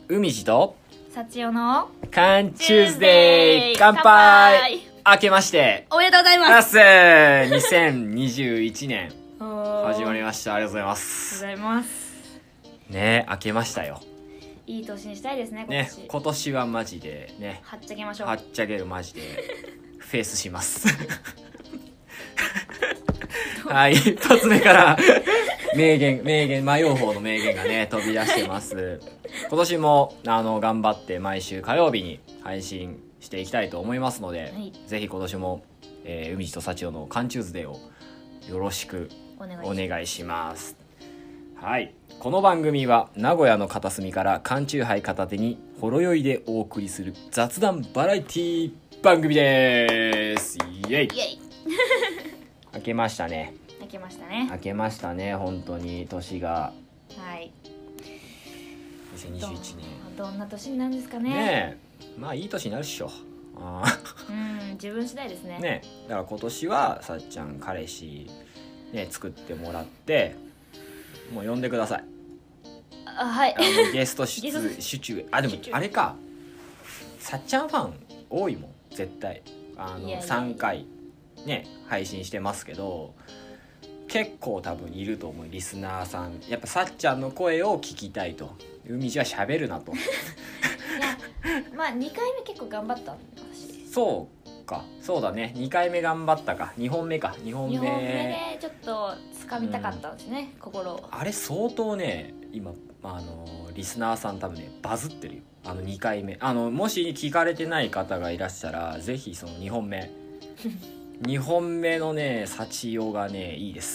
海地と幸代の缶チューズデー乾杯明けましておめでとうございます 2021年始まりました。ありがとうございまありす。 がとうございますね明けましたよ。 いい年にしたいですね今年はマジでねはっちゃけましょう。 はっちゃけるマジでフェイスしますはい、一発目から迷う方の名言がね飛び出してます。今年も頑張って毎週火曜日に配信していきたいと思いますので、 はい、 ぜひ今年も、海地と幸代の缶チューズデーをよろしくお願いします。はい、この番組は名古屋の片隅から缶チューハイ片手にほろ酔いでお送りする雑談バラエティ番組です。イエイイエイ明けましたね。 明けましたね。 明けましたね。本当に年がはい 2021年どんな年になるんですかね。 ねえ、まあいい年になるっしょ。 自分次第ですね。 ねえ、だから今年はさっちゃん彼氏ね作ってもらってもう呼んでください。 はいゲスト出演でもあれか、さっちゃんファン多いもん絶対。 いや 3回ね配信してますけど結構多分いると思うリスナーさん。やっぱさっちゃんの声を聞きたいと。海地は喋るなといやまあ2回目結構頑張った私。 そうか、そうだね。2回目頑張ったか。2本目 2本目でちょっと掴みたかったんですね、心を。 あれ相当ね今リスナーさん多分ねバズってるよ。2回目もし聞かれてない方がいらっしゃらぜひその2本目2本目のね幸代がねいいです。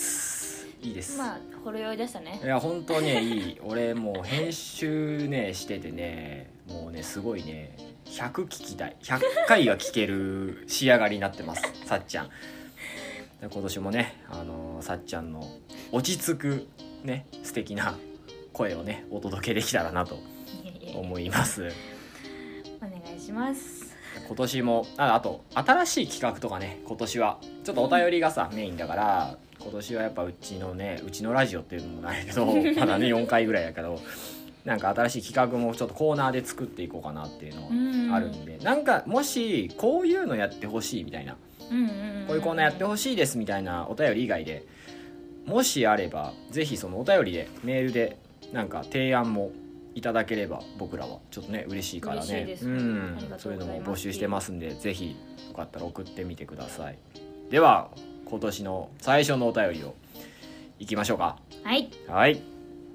いいです。 まあほろ酔いでしたね。 いや本当ねいい。俺もう編集ねしててねもうねすごいね100聞きたい。100回は聞ける仕上がりになってますさっちゃん。今年もねさっちゃんの落ち着くね素敵な声をねお届けできたらなと思います。 お願いします。 今年もあと新しい企画とかね今年はちょっとお便りがさメインだから今年はやっぱうちのラジオっていうのもないけどまだね4回ぐらいやけどなんか新しい企画もちょっとコーナーで作っていこうかなっていうのあるんで、なんかもしこういうのやってほしいみたいな、こういうコーナーやってほしいですみたいなお便り以外でもしあればぜひそのお便りでメールでなんか提案もいただければ僕らはちょっとね嬉しいからね。 嬉しいです。 そういうのも募集してますんでぜひよかったら送ってみてください。では今年の最初のお便りをいきましょうか。 はいはい、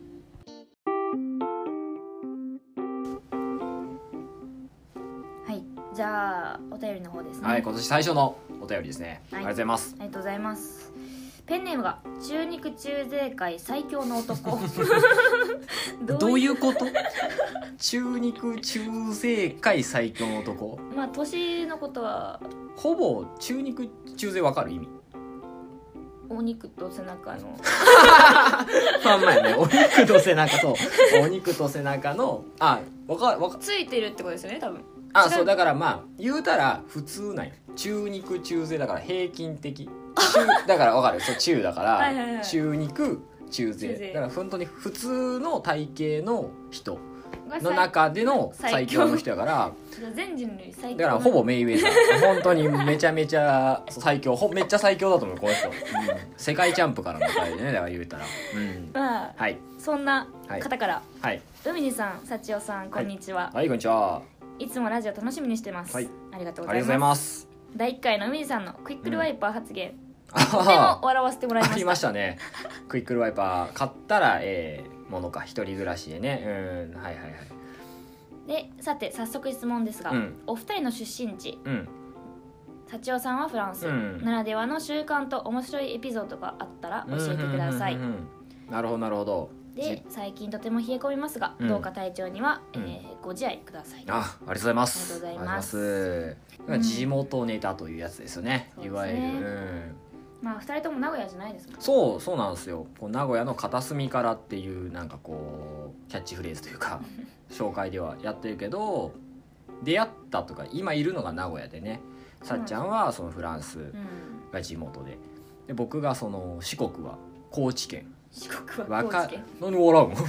じゃあお便りの方ですね。 はい、今年最初のお便りですね、 はい、 ありがとうございます。 ありがとうございます。ペンネームが中肉中背界最強の男どういうこと中肉中背界最強の男。 まあ年のことはほぼ中肉中背わかる意味。 お肉と背中のまんまやね。お肉と背中とお肉と背中のわかついてるってことですよね多分。 そうだからまあ言うたら普通なんよ。中肉中背だから平均的だから分かる。そう中だからはいはいはい、 中肉中背だから本当に普通の体型の人の中での最強の人やから全人類最強だからほぼメイウェザー本当にめちゃめちゃ最強めっちゃ最強だと思うこの人、世界チャンプからの回でねだから言うたら、 まあ、 はい、 そんな方から、 はい、 海地さん幸代さんこんにちは。 はい、こんにちは。 いつもラジオ楽しみにしてます、 はい、 ありがとうございます。 第1回の海地さんのクイックルワイパー発言、とても笑わせてもらいました。 ありましたね。クイックルワイパー買ったらものか一人暮らしでね。はいはいはい。 でさて早速質問ですが、お二人の出身地、幸代さんはフランス、ならではの習慣と面白いエピソードがあったら教えてください。 なるほどなるほど。 で最近とても冷え込みますが、どうか体調には、ご自愛ください。 ありがとうございます。 ありがとうございます。 地元ネタというやつですよね、いわゆる。 まあ2人とも名古屋じゃないですか。 そうなんですよ。こう名古屋の片隅からっていうなんかこうキャッチフレーズというか紹介ではやってるけど、出会ったとか今いるのが名古屋でね、さっちゃんはそのフランスが地元で、僕がその四国は高知県。 四国は高知県。 何笑うの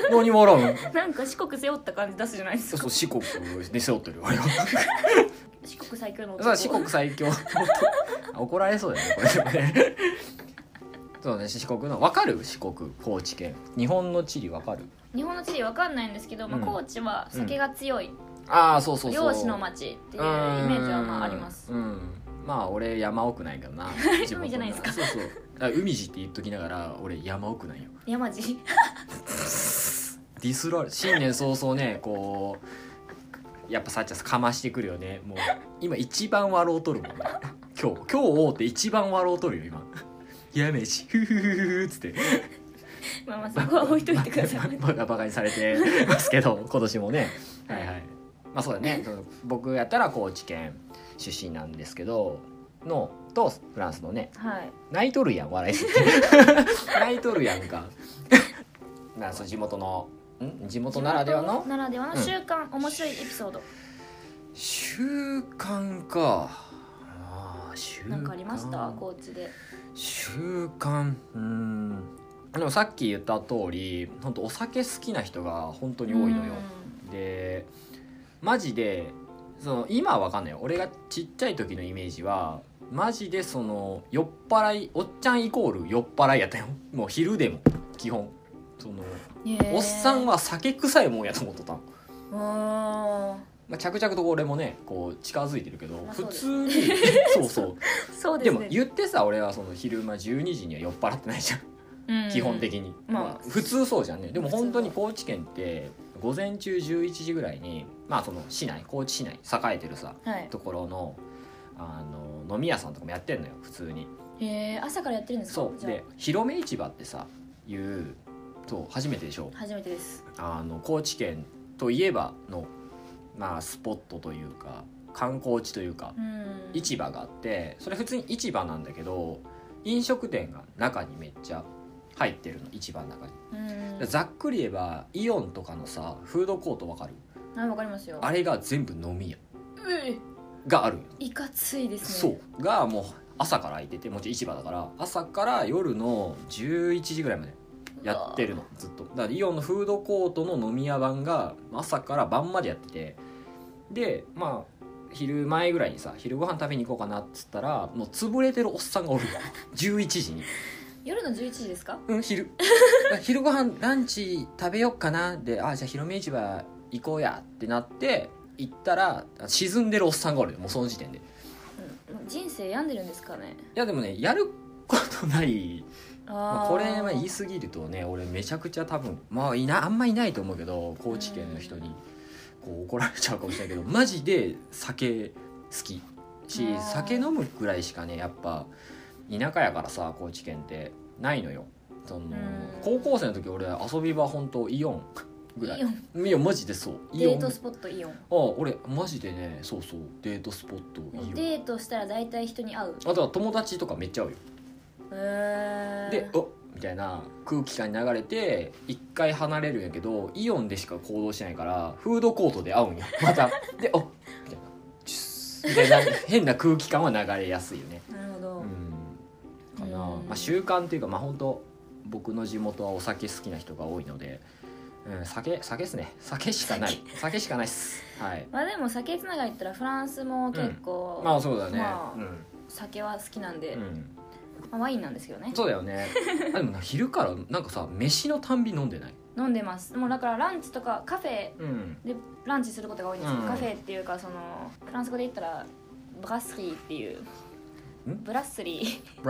何笑うの？ なんか四国背負った感じ出すじゃないですか。 そう四国で背負ってるよ俺は。 四国最強の男。 そう四国最強怒られそうだよねこれね。そうね、四国の分かる？四国高知県日本の地理分かる？ 日本の地理わかんないんですけど、まあ、高知は酒が強い、 ああそうそうそう、 漁師の町っていうイメージはまああります。 まあ俺山奥ないけどな。 海じゃないですか。 そうそう、海地って言っときながら俺山奥なんよ。 山地ディスられ新年早々ねこうやっぱさっちゃんかましてくるよね。もう今一番笑うとるもんね。今日って一番笑うとるよ今。やめしフフフフフっつってまあまあそこは置いといてください。 バカにされてますけど今年もね。はいはい。まあそうだね。僕やったら高知県出身なんですけどとフランスのね、 はい、 泣いとるやん笑いすぎて泣いとるやんか。まあそう地元ならではの習慣、面白いエピソード。 習慣か。習慣なんかありました高知で？ 習慣でもさっき言った通り本当お酒好きな人が本当に多いのよ。でマジで今は分かんないよ。俺がちっちゃい時のイメージはマジで酔っ払いおっちゃんイコール酔っ払いやったよ。もう昼でも基本おっさんは酒臭いもんやと思っとったの。まあ、着々と俺もねこう近づいてるけど、普通にそうでも言ってさ俺は昼間12時には酔っ払ってないじゃん、基本的に、まあ、普通そうじゃんね。でも本当に高知県って午前中11時ぐらいにまあ高知市内栄えてるさ、ところの飲み屋さんとかもやってんのよ普通に。 朝からやってるんですか？ そうで広め市場ってさ初めてでしょ？ 初めてです。 高知県といえばのまあスポットというか観光地というか市場があって、それ普通に市場なんだけど飲食店が中にめっちゃ入ってるの、市場の中に。ざっくり言えばイオンとかのさフードコートわかる？ わかりますよ。 あれが全部飲み屋があるんよ。 いかついですね。 そうがもう朝から空いてて、もちろん市場だから朝から夜の11時ぐらいまでやってるのずっと。だからイオンのフードコートの飲み屋版が朝から晩までやってて、でまあ昼前ぐらいにさ昼ご飯食べに行こうかなっつったらもう潰れてるおっさんがおるよ11時に。 夜の11時ですか？ 昼ご飯ランチ食べよっかなで、じゃあ広め市場行こうやってなって行ったら沈んでるおっさんがおるよもうその時点で。 人生病んでるんですかね？ いやでもねやることないこれは言い過ぎるとね俺めちゃくちゃ多分あんまいないと思うけど高知県の人にこう怒られちゃうかもしれないけどマジで酒好きし酒飲むぐらいしかねやっぱ田舎やからさ高知県ってないのよ。高校生の時俺遊び場本当イオンぐらい。いやマジでそうデートスポットイオン。 俺マジでねそうデートスポットイオン。 デートしたら大体人に会う。 あとは友達とかめっちゃ会うよ。でみたいな空気感に流れて一回離れるんやけどイオンでしか行動しないからフードコートで会うんよまた。でみたいなチュスみたいな変な空気感は流れやすいよね。 なるほど。 かな。まあ、習慣っていうか本当僕の地元はお酒好きな人が多いので、酒っすね。酒しかないっす。はい。 まあでも酒つながりったらフランスも結構、 まあそうだね。 酒は好きなんで、ワインなんですけどね。 そうだよね。でも昼からなんかさ飯のたんび飲んでない？ 飲んでます。もうだからランチとかカフェでランチすることが多いんですけど、カフェっていうかフランス語で言ったらブラッスリーっていう。ブラッスリー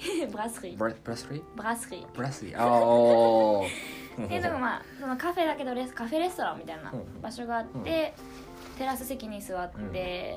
でもまあそのカフェだけどカフェレストランみたいな場所があって、テラス席に座って、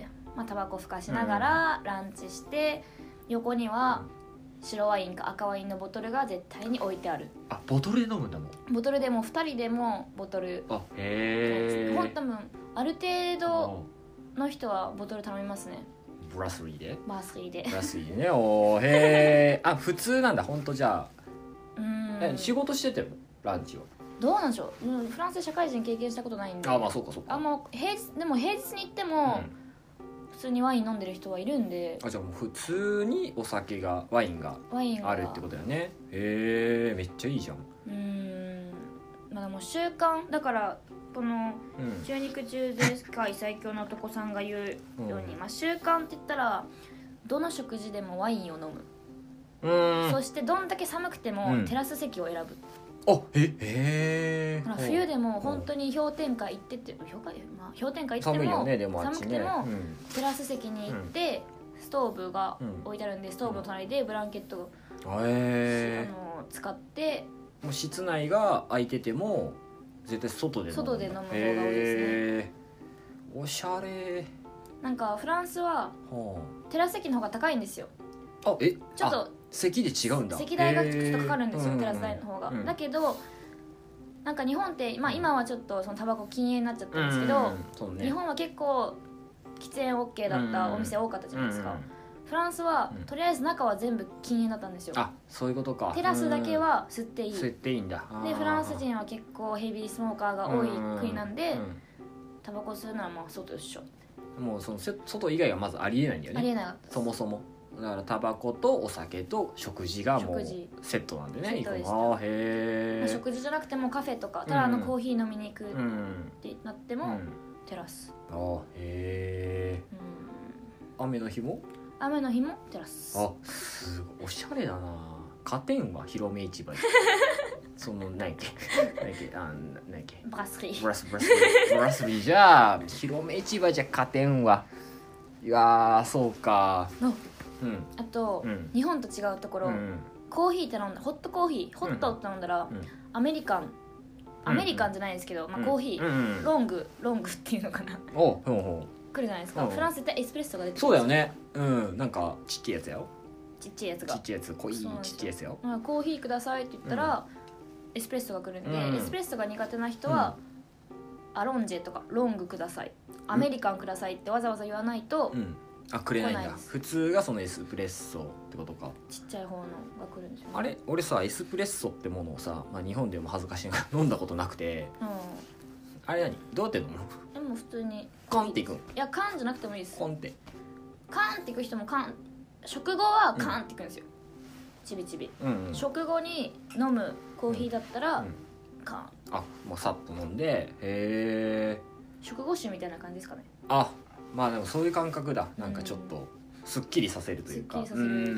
タバコふかしながらランチして、横には白ワインか赤ワインのボトルが絶対に置いてある。 ボトルで飲むんだもん。 ボトルでも2人でもボトル。 へえ。 多分ある程度の人はボトル頼みますね。 ブラスリーでね。へえ。普通なんだ本当。じゃあ仕事しててもランチはどうなんでしょう。フランスで社会人経験したことないんで。 まあそうか。 でも平日に行っても、普通にワイン飲んでる人はいるんで。 じゃあもう普通にワインがあるってことだよね。へえ、めっちゃいいじゃん。 まあもう習慣だから、このうん中肉中背界最強の男さんが言うように、 うんまあ、習慣って言ったらどの食事でもワインを飲む、そしてどんだけ寒くてもテラス席を選ぶ、 へだから冬でも本当に氷点下行ってって氷点下行っても寒いよねでもあっ寒ちねくてもテラス席に行ってストーブが置いてあるんで、ストーブの隣でブランケットを使ってもう室内が空いてても絶対外で飲む外で飲む方が多いですね。 おしゃれ。 なんかフランスはテラス席の方が高いんですよ。ちょっと席で違うんだ。 席代がちょっとかかるんですよ、テラス代の方が、だけどなんか日本って、まあ、今はちょっとそのタバコ禁煙になっちゃったんですけど、日本は結構喫煙 OK だったお店多かったじゃないですか。フランスはとりあえず中は全部禁煙だったんですよ。 そういうことか。 テラスだけは吸っていい。 吸っていいんだ。 でフランス人は結構ヘビースモーカーが多い国なんで、タバコ吸うのはまあ外一緒。 もうその外以外はまずありえないんだよね。 ありえなかった。 そもそもだからタバコとお酒と食事がもうセットなんでね。 セットでした。 へー。 食事じゃなくてもカフェとかただコーヒー飲みに行くってなってもテラス。 へー。雨の日もテラス。 すごいおしゃれだな。加点は広め市場その何やっけブラスリーブラスリーじゃあ広め市場じゃ加点はいやそうか。 あと、日本と違うところ、コーヒー頼んだホットコーヒーホットって頼んだら、アメリカンじゃないですけど、まあ、コーヒー、ロングっていうのかな来るじゃないですか。フランスってエスプレッソが出てくる。 そうだよね。なんかちっちゃいやつやろ。 ちっちゃいやつが濃いちっちゃいやつよ。 コーヒーくださいって言ったら、エスプレッソが来るんで、エスプレッソが苦手な人は、アロンジェとかロングください、アメリカンくださいってわざわざ言わないと、 くれないんだ。普通がそのエスプレッソってことか。 ちっちゃい方のが来るんですよね。 あれ俺さエスプレッソってものをさ、まあ、日本でも恥ずかしいながら飲んだことなくて、あれどうやって飲むの？ でも普通にカンっていくん？いやカンじゃなくてもいいです。 コンってカンっていく人もカン、食後はカンっていくんですよ、ちびちび、食後に飲むコーヒーだったら、カン。 もうさっと飲んで、へえ。 食後酒みたいな感じですかね。 まあでもそういう感覚だ。なんかちょっとすっきりさせるというか。へ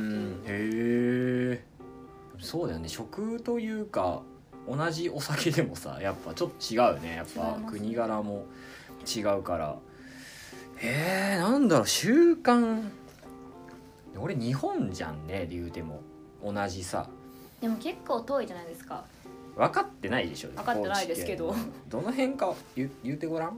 え。そうだよね。食というか同じお酒でもさやっぱちょっと違うよね。やっぱ国柄も違うから。なんだろう習慣。俺日本じゃんね言うても同じさ。でも結構遠いじゃないですか。 分かってないでしょ。 分かってないですけどどの辺か言うてごらん。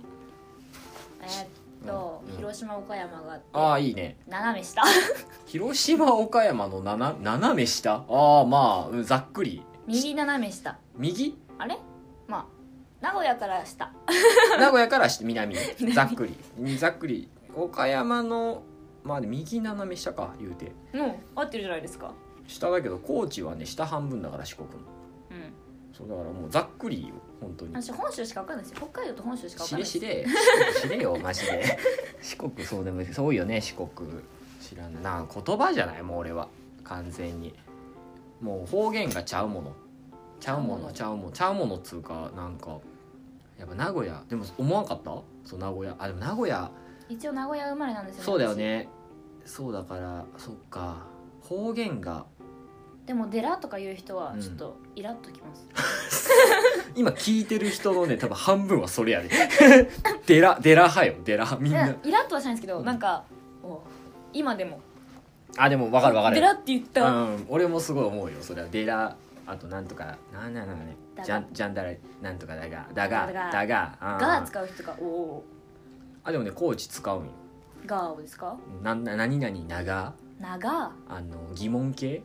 広島岡山があって、 いいね。 斜め下広島岡山の斜め下。まあざっくり右斜め下。 右あれまあ名古屋から下名古屋から南ざっくり岡山の右斜め下か言うて。 合ってるじゃないですか。 下だけど高知はね下半分だから四国の。そうだからもうざっくりよ本当に。 私本州しか分かんないですよ。北海道と本州しか分かんないです。 知れよマジで四国そうでもそうよね。四国知らんな。言葉じゃないもう俺は完全にもう方言がちゃうものっつうかなんかやっぱ名古屋でも思わんかった。そう名古屋でも名古屋一応名古屋生まれなんですよね。 そうだよね。そうだからそっか方言が。 でもデラとか言う人はちょっとイラッときます、 今聞いてる人のね多分半分はそれやでデラ派よ。デラみんなイラッとはしないんですけど、なんか今でもでも分かるデラって言った、 俺もすごい思うよそれは。デラあとなんとかなんかねジャンダラなんとかだが使う人がでもね高知使うんよ。 ガーですか。 何々長疑問形。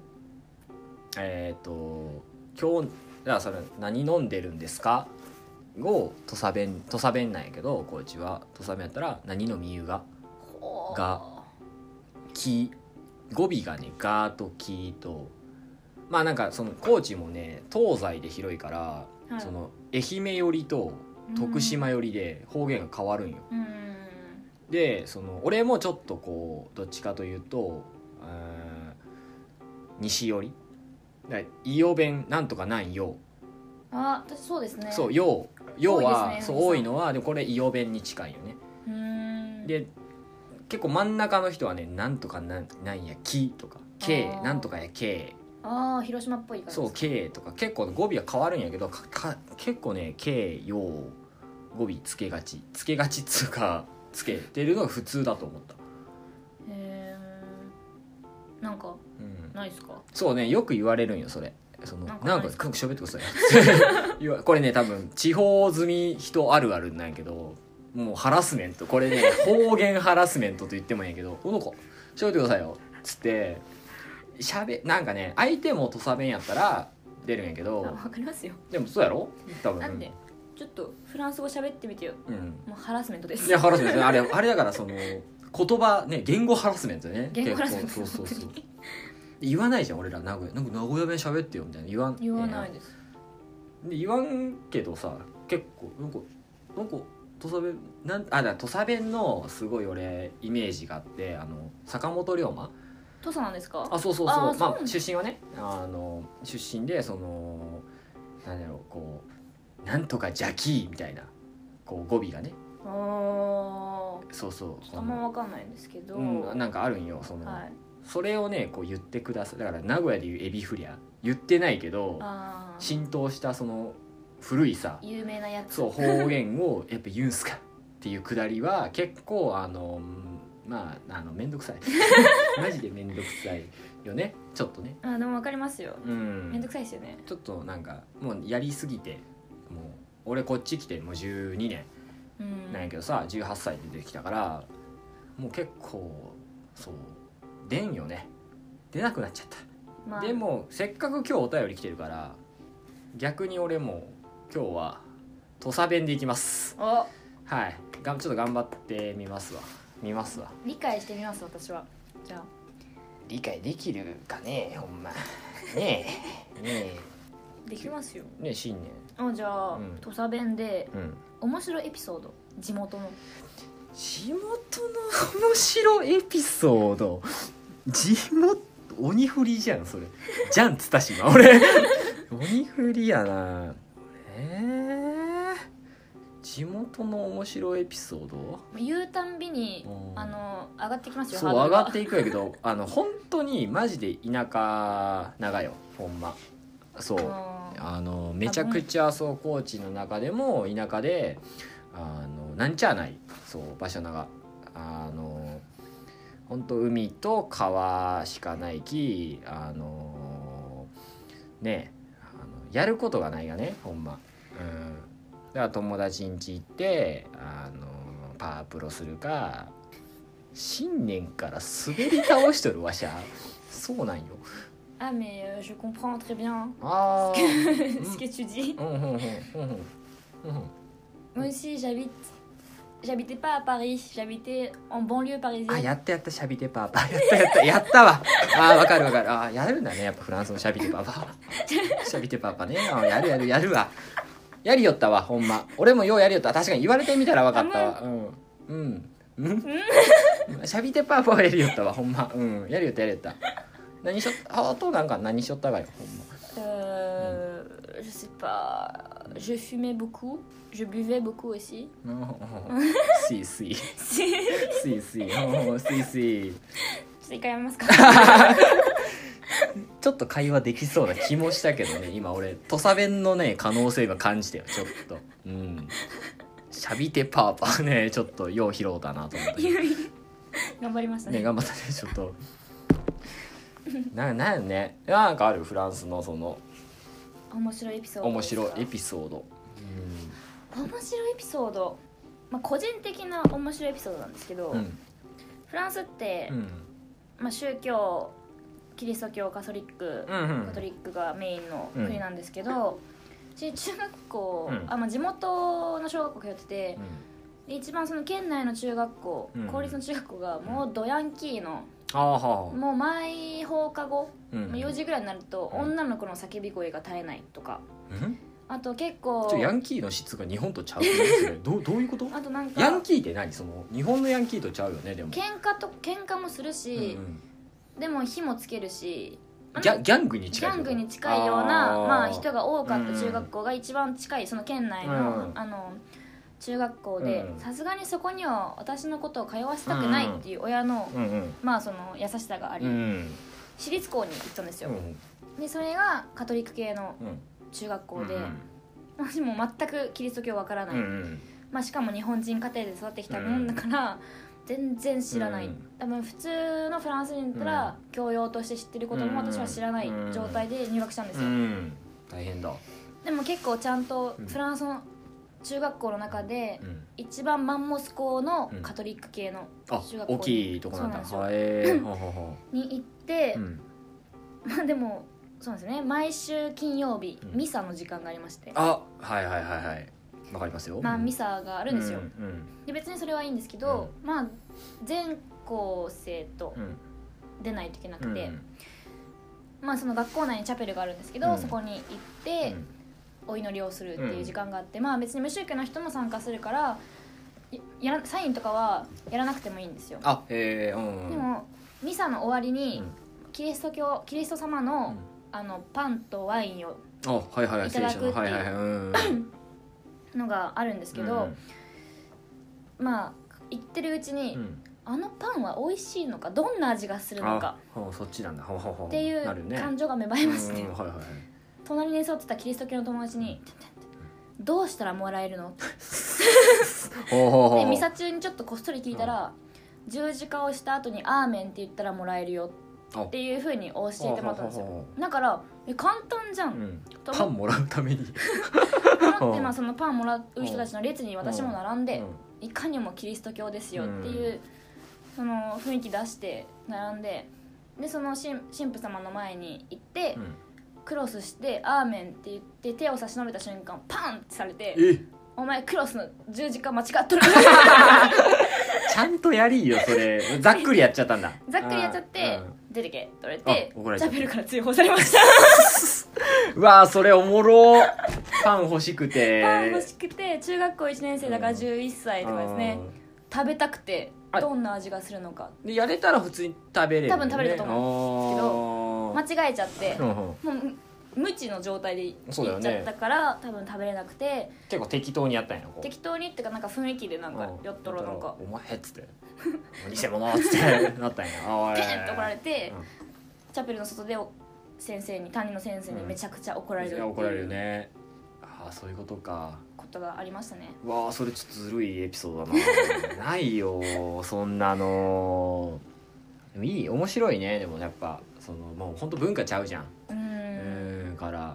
今日だからそれ何飲んでるんですかを土佐弁なんやけど高知は土佐弁やったら何のみゆがき語尾がねガーときとなんかその高知もね東西で広いから、その愛媛寄りと徳島寄りで方言が変わるんよ。でその俺もちょっとこうどっちかというと西寄り伊予弁なんとかなんよあ、私そうですね。 そう陽は、 多いですねそう多いのはでもこれ伊予弁に近いよね。で結構真ん中の人はねなんとかなんや木とか K なんとかや K ああ、広島っぽい感じ。 そう K とか結構語尾は変わるんやけど結構ね K 陽語尾つけがちっつうかつけてるのが普通だと思った。 なんか、 うん、 ないですか。 そうねよく言われるんよそれ。そのなんか喋ってくださいこれね多分地方住み人あるあるなんやけどもうハラスメントこれね方言ハラスメントと言ってもいいんやけど「この子喋ってくださいよ」っつってなんかね相手も土佐弁やったら出るんやけどわかりますよ。 でもそうやろ多分なんでちょっとフランス語喋ってみてよ。もうハラスメントです。 いやハラスメントあれだからその言葉ね言語ハラスメントね。 言語ハラスメントそう言わないじゃん俺ら名古屋弁喋ってよみたいな言わないです。 で言わんけどさ結構なんか土佐弁だ土佐弁のすごい俺イメージがあって坂本龍馬土佐なんですか。 そうまあ出身はね出身でそのなんだろうこうなんとか邪気みたいなこう語尾がねそうあんま分かんないんですけど、 なんかあるんよその、 はい、 それをねこう言ってください。だから名古屋でいうエビフリャ言ってないけど浸透したその古いさ有名なやつそう方言をやっぱ言うんすかっていうくだりは結構まあめんどくさいマジでめんどくさいよねちょっとね。 でも分かりますよ、めんどくさいですよね。 ちょっとなんかもうやりすぎてもう俺こっち来てもう12年なんやけどさ18歳で出てきたからもう結構そう出んよね出なくなっちゃった、でもせっかく今日お便り来てるから逆に俺も今日は土佐弁でいきます。はいちょっと頑張ってみますわ理解してみます私は。じゃあ理解できるかねほんまねえできますよね新年じゃあ、土佐弁で、面白いエピソード地元の面白いエピソード鬼振りじゃんそれじゃんっつったし今俺鬼振りやな。地元の面白いエピソード言うたんびに上がってきますよ。 そう上がっていくんやけど本当にマジで田舎長よほんま。そうめちゃくちゃそう高知の中でも田舎でなんちゃないそう場所長本当海と川しかないきねやることがないがねほんま。だから友達ん家行ってパワープロするか新年から滑り倒しとるわしゃそうなんよ。 Ah mais je comprends très bien ce que tu dis. Moi aussi j'habitais pas à Paris, j'habitais en banlieue parisienne. やったシャビテパーパやったわわかるやるんだねやっぱフランスのシャビテパーパシャビテパーパねやるわやりよったわほんま俺もようやりよった。確かに言われてみたら分かったわシャビテパーパはやりよったわほんまやりよった何しょったがよほんま。 Je sais pas, je fumais beaucoup, je buvais beaucoup aussi. Si 一回やめますかちょっと会話できそうな気もしたけどね今俺土佐弁のね可能性が感じたよちょっとシャビテパーパーねちょっとよう拾うだなと思って頑張りましたね頑張ったねちょっとなんねなんかあるフランスのその面白いエピソード面白いエピソード、 個人的な面白いエピソードなんですけど、フランスって、宗教キリスト教カトリックがメインの国なんですけど、中学校、地元の小学校通ってて、で一番その県内の中学校、公立の中学校がもうドヤンキーの、もう毎放課後、4時ぐらいになると女の子の叫び声が絶えないとか、あと結構ヤンキーの質が日本とちゃうどういうこと？ あとなんかヤンキーって何？その日本のヤンキーとちゃうよね。でも喧嘩もするし、でも火もつけるしギャングに近いギャングに近いような人が多かった中学校が一番近いその県内の、中学校で、さすがにそこには私のことを通わせたくないっていう親の、その優しさがあり、私立校に行ったんですよ、でそれがカトリック系の中学校で、私も全くキリスト教わからない、しかも日本人家庭で育ってきたもんだから、全然知らない、多分普通のフランス人だったら、教養として知ってることも私は知らない状態で入学したんですよ、 大変だ。 でも結構ちゃんとフランスの中学校の中で、一番マンモス校のカトリック系の中学校大きいとこなんだ。 に行って、でもそうですね、毎週金曜日、ミサの時間がありまして、 はいわかりますよ。 ミサがあるんですよ、で別にそれはいいんですけど、全校生と出ないといけなくて、その学校内にチャペルがあるんですけど、そこに行って、お祈りをするっていう時間があって、別に無宗教の人も参加するからサインとかはやらなくてもいいんですよ。でもミサの終わりに、キリスト様の、パンとワインをいただくっていうのがあるんですけど、言ってるうちに、あのパンは美味しいのか、どんな味がするのかそっちなんだっていう感情が芽生えまして、隣に座ってたキリスト教の友達に「どうしたらもらえるの?」でミサ中にちょっとこっそり聞いたら、十字架をした後に「アーメン」って言ったらもらえるよっていう風に教えてもらったんですよ。だから簡単じゃん、 パンもらうためにと思って、そのパンもらう人たちの列に私も並んで、いかにもキリスト教ですよっていう、その雰囲気出して並んで、でその神父様の前に行って、クロスして「アーメン」って言って手を差し伸べた瞬間パンってされて「お前クロスの十字架間違っとる」 ちゃんとやりよそれ。ざっくりやっちゃったんだ。 ざっくりやっちゃって「出てけ」って言われてチャペルから追放されましたうわそれおもろ。パン欲しくて中学校1年生だから11歳とかですね、食べたくてどんな味がするのかでやれたら普通に食べれる、 多分食べれたと思うんですけど、間違えちゃって、もう無知の状態でいっちゃったから、多分食べれなくて、 結構適当にやったんやな。 適当にっていうか、なんか雰囲気でなんかやったらなんかお前っつって偽物っつってなったんやペンって怒られて、チャペルの外で担任の先生にめちゃくちゃ怒られるっていう、 怒られるね。そういうことか。 ことがありましたね。 それちょっとずるいエピソードだなないよそんなの。でも面白いね。でもやっぱそのもう本当文化ちゃうじゃん。から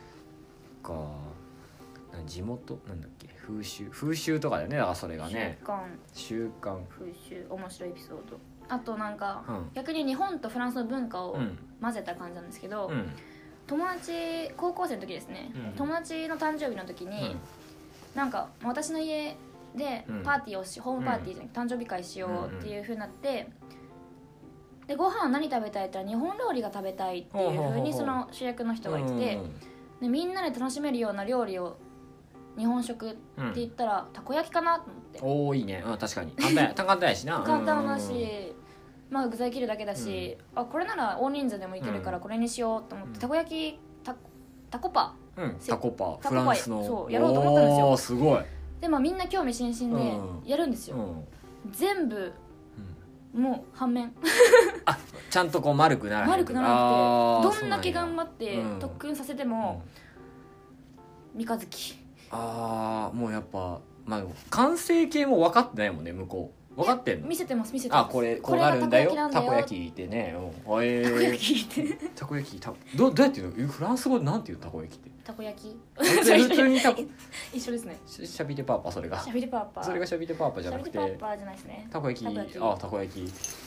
地元なんだっけ、風習とかだよね。だからそれがね、習慣風習、面白いエピソード。あとなんか、逆に日本とフランスの文化を混ぜた感じなんですけど、友達高校生の時ですね、友達の誕生日の時に、なんか私の家でパーティーをホームパーティーじゃなくて誕生日会しようっていう風になって、でご飯何食べたいって言ったら日本料理が食べたいっていう風にその主役の人が言ってて、でみんなで楽しめるような料理を日本食って言ったら、たこ焼きかなと思って。 いいね。確かに簡単やしな。 簡単だし、具材切るだけだし、これなら大人数でもいけるからこれにしようと思って、たこ焼きタコパフランスのそうやろうと思ったんですよ。 すごい。 でみんな興味津々でやるんですよ、全部もう半面ちゃんとこう丸くならなくて、 どんだけ頑張って特訓させても三日月。 もうやっぱ完成形も分かってないもんね向こう。分かってんの？ 見せてます。 こうなるんだよ。たこ焼きってね。たこ焼きどうやって言うの？フランス語でなんて言うの？たこ焼きって。 たこ焼き。 普通に一緒ですね。 シャビテパーパそれが。 シャビテパーパ。 それがシャビテパーパじゃなくて。 シャビテパーパじゃないですね。 たこ焼き。たこ焼き。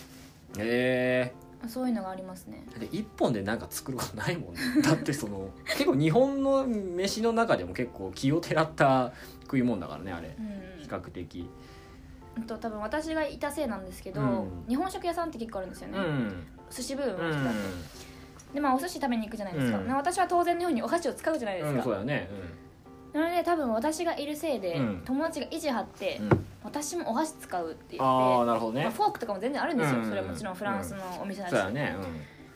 そういうのがありますね。 で一本でなんか作ることないもんね。だってその結構日本の飯の中でも結構気をてらった食い物だからねあれ。比較的。 多分私がいたせいなんですけど、日本食屋さんって結構あるんですよね、寿司ブームが来たって、でお寿司食べに行くじゃないですか、私は当然のようにお箸を使うじゃないですか、 そうだね、 なので多分私がいるせいで、友達が意地張って、私もお箸使うって言って、 なるほどね、 フォークとかも全然あるんですよ、それはもちろんフランスのお店だし、 そうだね、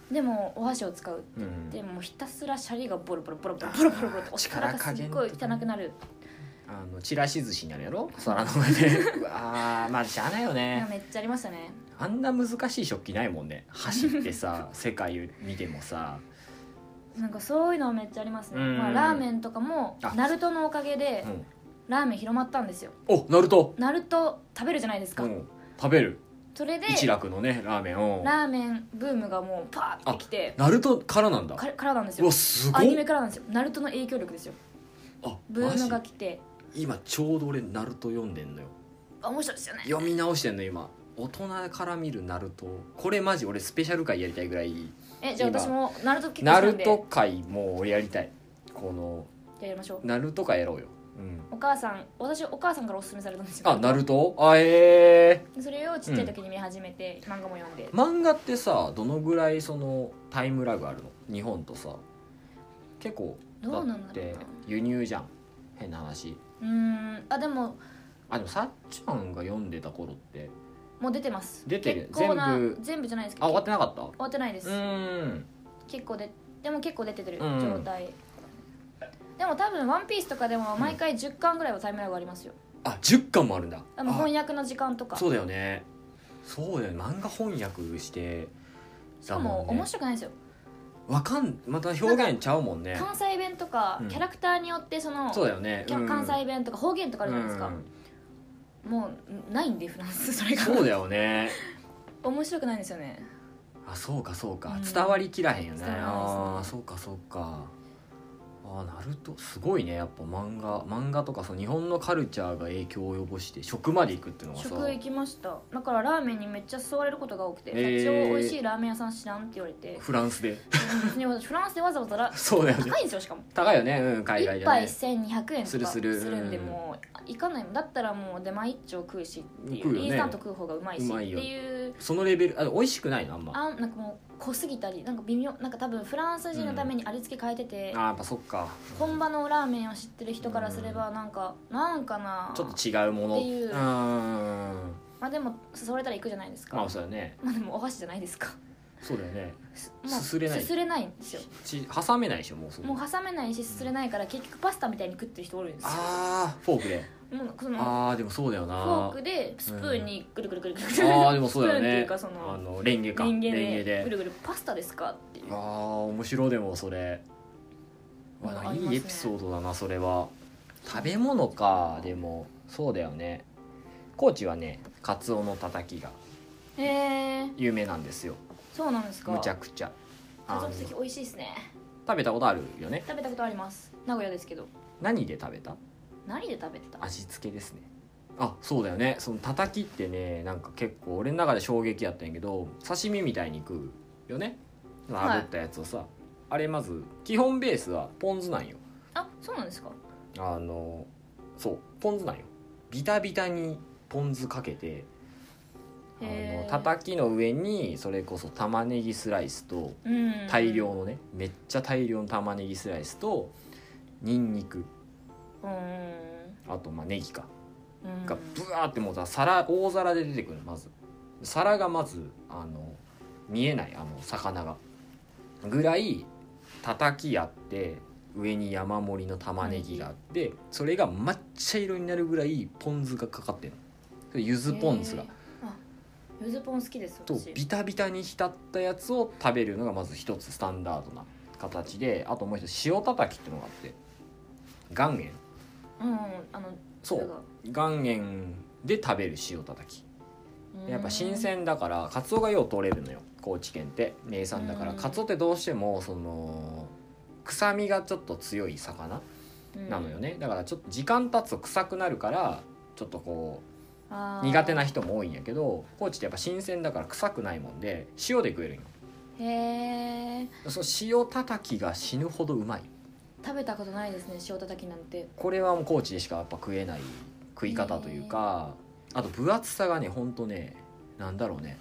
でもお箸を使う、でもひたすらシャリがボロボロボロボロボロボロボロってお皿がすっごい汚くなる。 ちらし寿司になるやろ皿の上でうわまあしゃあないよね。 めっちゃありましたね。 あんな難しい食器ないもんね。箸ってさ世界見てもさなんかそういうのめっちゃありますね。まあ、ラーメンとかもナルトのおかげでラーメン広まったんですよ。 お、ナルト食べるじゃないですか。 食べる。 それで一楽のねラーメンをラーメンブームがもうパーってきて。 ナルトからなんだ。 からなんですよ。 うわすごい。 アニメからなんですよ。ナルトの影響力ですよ。 あ、 ブームが来て。 今ちょうど俺ナルト読んでんのよ。 面白いですよね。 読み直してんの今。大人から見るナルト、これマジ俺スペシャル回やりたいぐらい。 じゃあ私もナルト結構ナルト回もう俺やりたい。このやりましょう。 ナルト回やろうよ。 私お母さんからおすすめされたんですよ。 あ、ナルト。 それをちっちゃい時に見始めて、漫画も読んで。 漫画ってさどのぐらいそのタイムラグあるの？日本とさ結構どうなんだろうな。 だって輸入じゃん、変な話。 でもさっちゃんが読んでた頃ってもう出てます。 出てる。 全部じゃないですけど。 終わってなかった？ 終わってないです。結構でも結構出てる状態。でも多分ワンピースとかでも毎回10巻ぐらいはタイムラグありますよ。 あ、10巻もあるんだ。 翻訳の時間とか。 そうだよね。漫画翻訳してしかも面白くないんですよ。 また表現ちゃうもんね。 関西弁とかキャラクターによってそうだよね。 関西弁とか方言とかあるじゃないですか。もうないんでフランスそれが。 そうだよね。 面白くないんですよね。 そうか伝わりきらへんよね。そうか。ナルトすごいね。やっぱ漫画とか日本のカルチャーが影響を及ぼして食まで行くっていうのがさ。 食行きました。だからラーメンにめっちゃ誘われることが多くて、美味しいラーメン屋さん知らんって言われて。 フランスで別にフランスでわざわざそうだよね。 高いんですよ。しかも高いよね。海外でね 1杯1200円とかするんで、もう行かないもん。だったらもう出前一丁食うしっていう、インスタント食う方がうまいしっていう。 そのレベル美味しくないの？ なんかもう濃すぎたり、なんか微妙、なんか多分フランス人のために味付け変えてて、 やっぱそっか。 本場のラーメンを知ってる人からすればなんかなちょっと違うものっていう。でも誘われたら行くじゃないですか。 そうだね。 でもお箸じゃないですか。 そうだよね。 すすれないんですよ。 挟めないでしょ。もう挟めないしすすれないから、結局パスタみたいに食ってる人おるんですよ。 フォークで。でもそうだよな。 フォークでスプーンにぐるぐるぐるぐるぐる。 でもそうだよね。レンゲでぐるぐる。パスタですかっていう。 面白い。でもそれいいエピソードだな。それは食べ物か。でもそうだよね。高知はね、カツオのたたきが有名なんですよ。 そうなんですか。 むちゃくちゃカツオのたたき美味しいですね。 食べたことあるよね。 食べたことあります。名古屋ですけど。 何で食べた？味付けですね。そうだよね。そのたたきってね、なんか結構俺の中で衝撃やったんやけど、刺身みたいに食うよね。炙ったやつをさ、あれまず基本ベースはポン酢なんよ。 そうなんですか。 そうポン酢なんよ。ビタビタにポン酢かけて、たたきの上にそれこそ玉ねぎスライスと大量のね、めっちゃ大量の玉ねぎスライスとニンニク、あとネギかがブワーってもう大皿で出てくる。まず皿がまず見えない、魚がぐらいたたきあって、上に山盛りの玉ねぎがあって、それが抹茶色になるぐらいポン酢がかかってるの。柚子ポン酢が。 柚子ポン好きですとビタビタに浸ったやつを食べるのがまず一つスタンダードな形で、あともう一つ塩たたきっていうのがあって、岩塩、そう岩塩で食べる塩たたき。やっぱ新鮮だからカツオがよう取れるのよ、高知県って名産だから。カツオってどうしてもその臭みがちょっと強い魚なのよね。だからちょっと時間経つと臭くなるから、ちょっとこう苦手な人も多いんやけど、高知ってやっぱ新鮮だから臭くないもんで塩で食えるんよ。その塩たたきが死ぬほどうまい。 食べたことないですね、塩たたきなんて。 これはもう高知でしかやっぱ食えない食い方というか、あと分厚さがね、ほんとね、なんだろうね、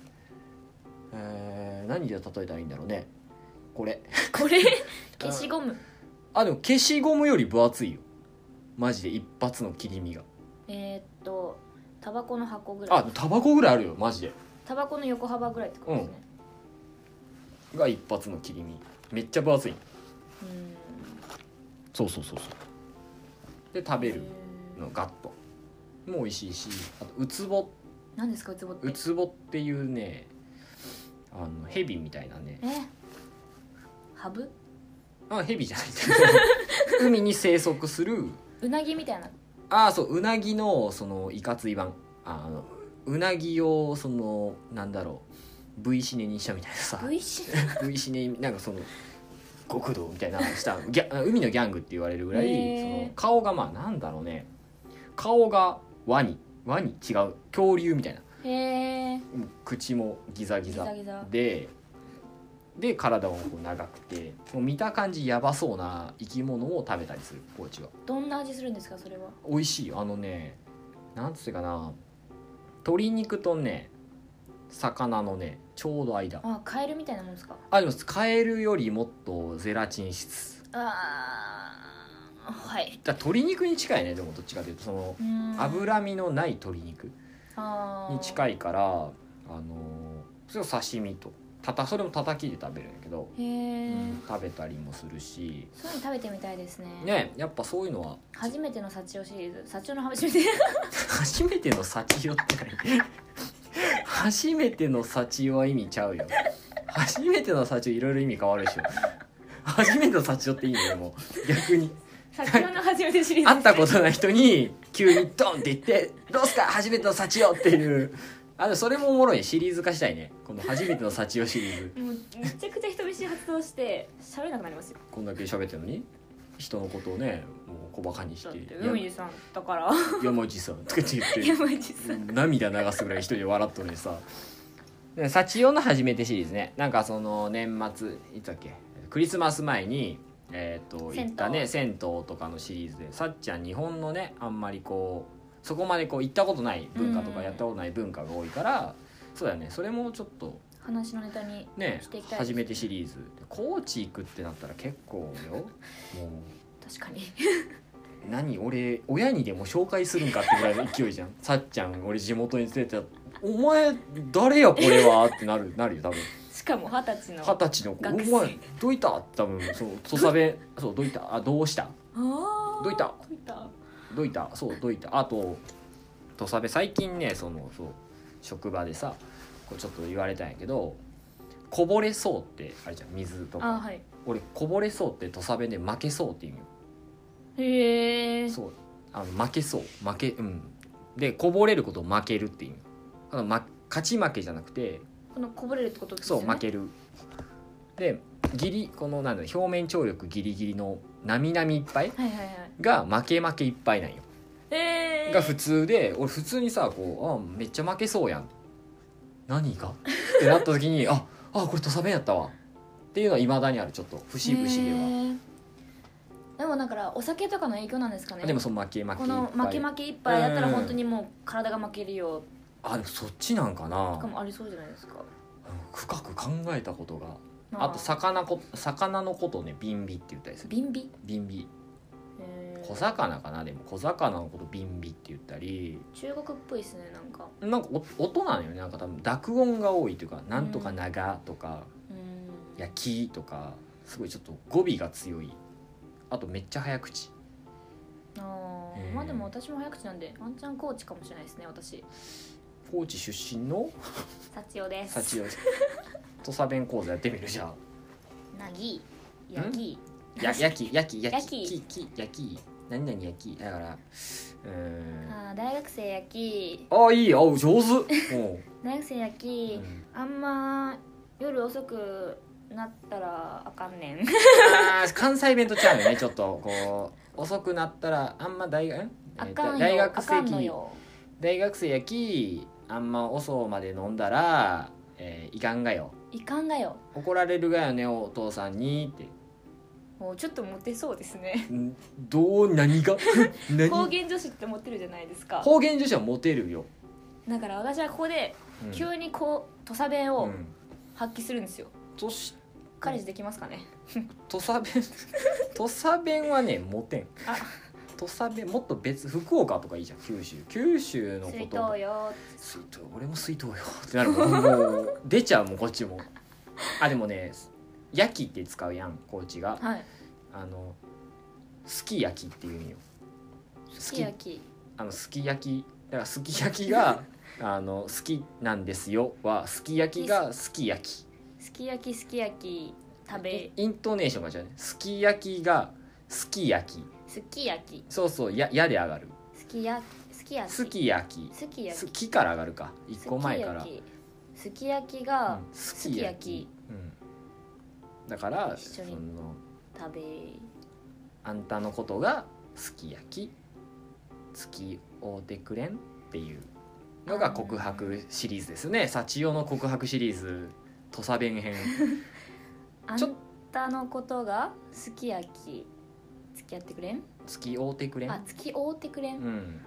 何で例えたらいいんだろうね。これ消しゴム。 でも消しゴムより分厚いよマジで。一発の切り身がタバコの箱ぐらい。 タバコぐらいあるよマジで。 タバコの横幅ぐらいってことですね。 が一発の切り身、めっちゃ分厚い。 うんそうで食べるのガッとも美味しいし、あとウツボ。 何ですかウツボって。 ウツボっていうね、ヘビみたいなね、 ハブ？ ヘビじゃない海に生息するうなぎみたいな。 そううなぎのそのいかつい版、うなぎをそのなんだろう V シネにしたみたいなさ V シネ V シネなんかその極道みたいなした海のギャングって言われるぐらい、その顔がまあなんだろうね、顔がワニ違う恐竜みたいな、口もギザギザで体もこう長くて、もう見た感じヤバそうな生き物を食べたりする。高知はどんな味するんですかそれは。 美味しいよ。なんつうかな、鶏肉とね魚のねちょうど間。 カエルみたいなもんですか。 でもカエルよりもっとゼラチン質。 はい。 鶏肉に近いね。でもどっちかというとその脂身のない鶏肉に近いから、それを刺身とそれも叩きで食べるんだけど、食べたりもするし、 そういうの食べてみたいですね。 ね、やっぱそういうのは。 初めての幸代シリーズ、幸代の初めて初めての幸代って何初めての幸代は意味ちゃうよ。初めての幸代いろいろ意味変わるでしょ。初めての幸代っていいのよ。もう逆に幸代の初めてシリーズ会ったことない人に急にドンって言って「どうすか初めての幸代」っていう。それもおもろい。シリーズ化したいね、この初めての幸代シリーズ。 もうめちゃくちゃ人見知り発動して喋れなくなりますよ。 こんだけ喋ってるのに人のことをねもう小バカにして、 海地さんだから山内さんとかって言って山内さん涙流すぐらい一人で笑っとるにさ。幸代の初めてシリーズね、なんかその年末いつだっけ、クリスマス前に行ったね銭湯とかのシリーズで、さっちゃん日本のねあんまりこうそこまでこう行ったことない文化とかやったことない文化が多いから、そうだよね、それもちょっと話のネタにねしていきたいですね。 初めてシリーズ高知行くってなったら結構よ。もう確かに何俺親にでも紹介するんかってぐらいの勢いじゃん。さっちゃん俺地元に連れてったら「お前誰やこれは」ってなるよ多分。 しかも20歳のお前どういったって多分そう土佐弁そうどういったどうしたどういったどういったそうどういったあと土佐弁最近ねそう職場でさこうちょっと言われたんやけど、こぼれそうってあれじゃん水とか、 はい、 俺こぼれそうって土佐弁で負けそうって言うよ。 へえ。 そう負けそうでこぼれることを負けるっていう、勝ち負けじゃなくてこのこぼれるってことですそよね。 う負けるでこのなんだ表面張力ギリギリのなみなみいっぱいが負けいっぱいなんよ、が普通で、俺普通にさこうめっちゃ負けそうやん何がってなった時にこれ土佐弁やったわっていうのはいまだにある。ちょっと節々では。 でもだからお酒とかの影響なんですかね。 でもその負けこの負け一杯やったら本当にもう体が負けるよ。 でもそっちなんかな。 とかもありそうじゃないですか。 深く考えたことが。あと魚のことをねビンビって言ったりする。ビンビ小魚かな。でも小魚のことビンビって言ったり。 中国っぽいですね。 なんか音なのよね。なんか多分濁音が多いというか、なんとか長とか焼きとかすごいちょっと語尾が強い。あとめっちゃ早口。 まあでも私も早口なんでワンチャン高知かもしれないですね。私高知出身の幸代です。 幸代土佐弁講座やってみるじゃあ。 なぎ焼き何々焼きだから大学生焼きいい上手大学生焼き、あんま夜遅くなったらあかんねん関西弁とちゃうよね。ちょっとこう遅くなったらあんま大学生焼きあんま遅まで飲んだら、いかんがよ怒られるがよねお父さんにって。 もうちょっとモテそうですね何が方言女子ってモテるじゃないですか。 方言女子はモテるよ。 だから私はここで急にこう土佐弁を発揮するんですよ。彼氏できますかね土佐弁はねモテん。土佐弁もっと別福岡とかいいじゃん。九州のこと水筒よ俺も水筒よってなるもん。もう出ちゃうもんこっちも。 あでもね焼きって使うやん高知が、 はい、 すき焼きっていう意味よ。 すき焼きすき焼きだからすき焼きが好きなんですよはすき焼きがすき焼きすき焼きすき焼き食べイントネーションが違うね。すき焼きがすき焼きすき焼きそうそうやで上がるすき焼きすき焼きすき焼きすきから上がるか一個前からすき焼きがすすき焼き、 だから一緒に食べあんたのことがすき焼き付き合うてくれんっていうのが告白シリーズですね。幸代の告白シリーズ土佐弁編あんたのことがすき焼き付き合ってくれん付き合うてくれん付き合うてくれん、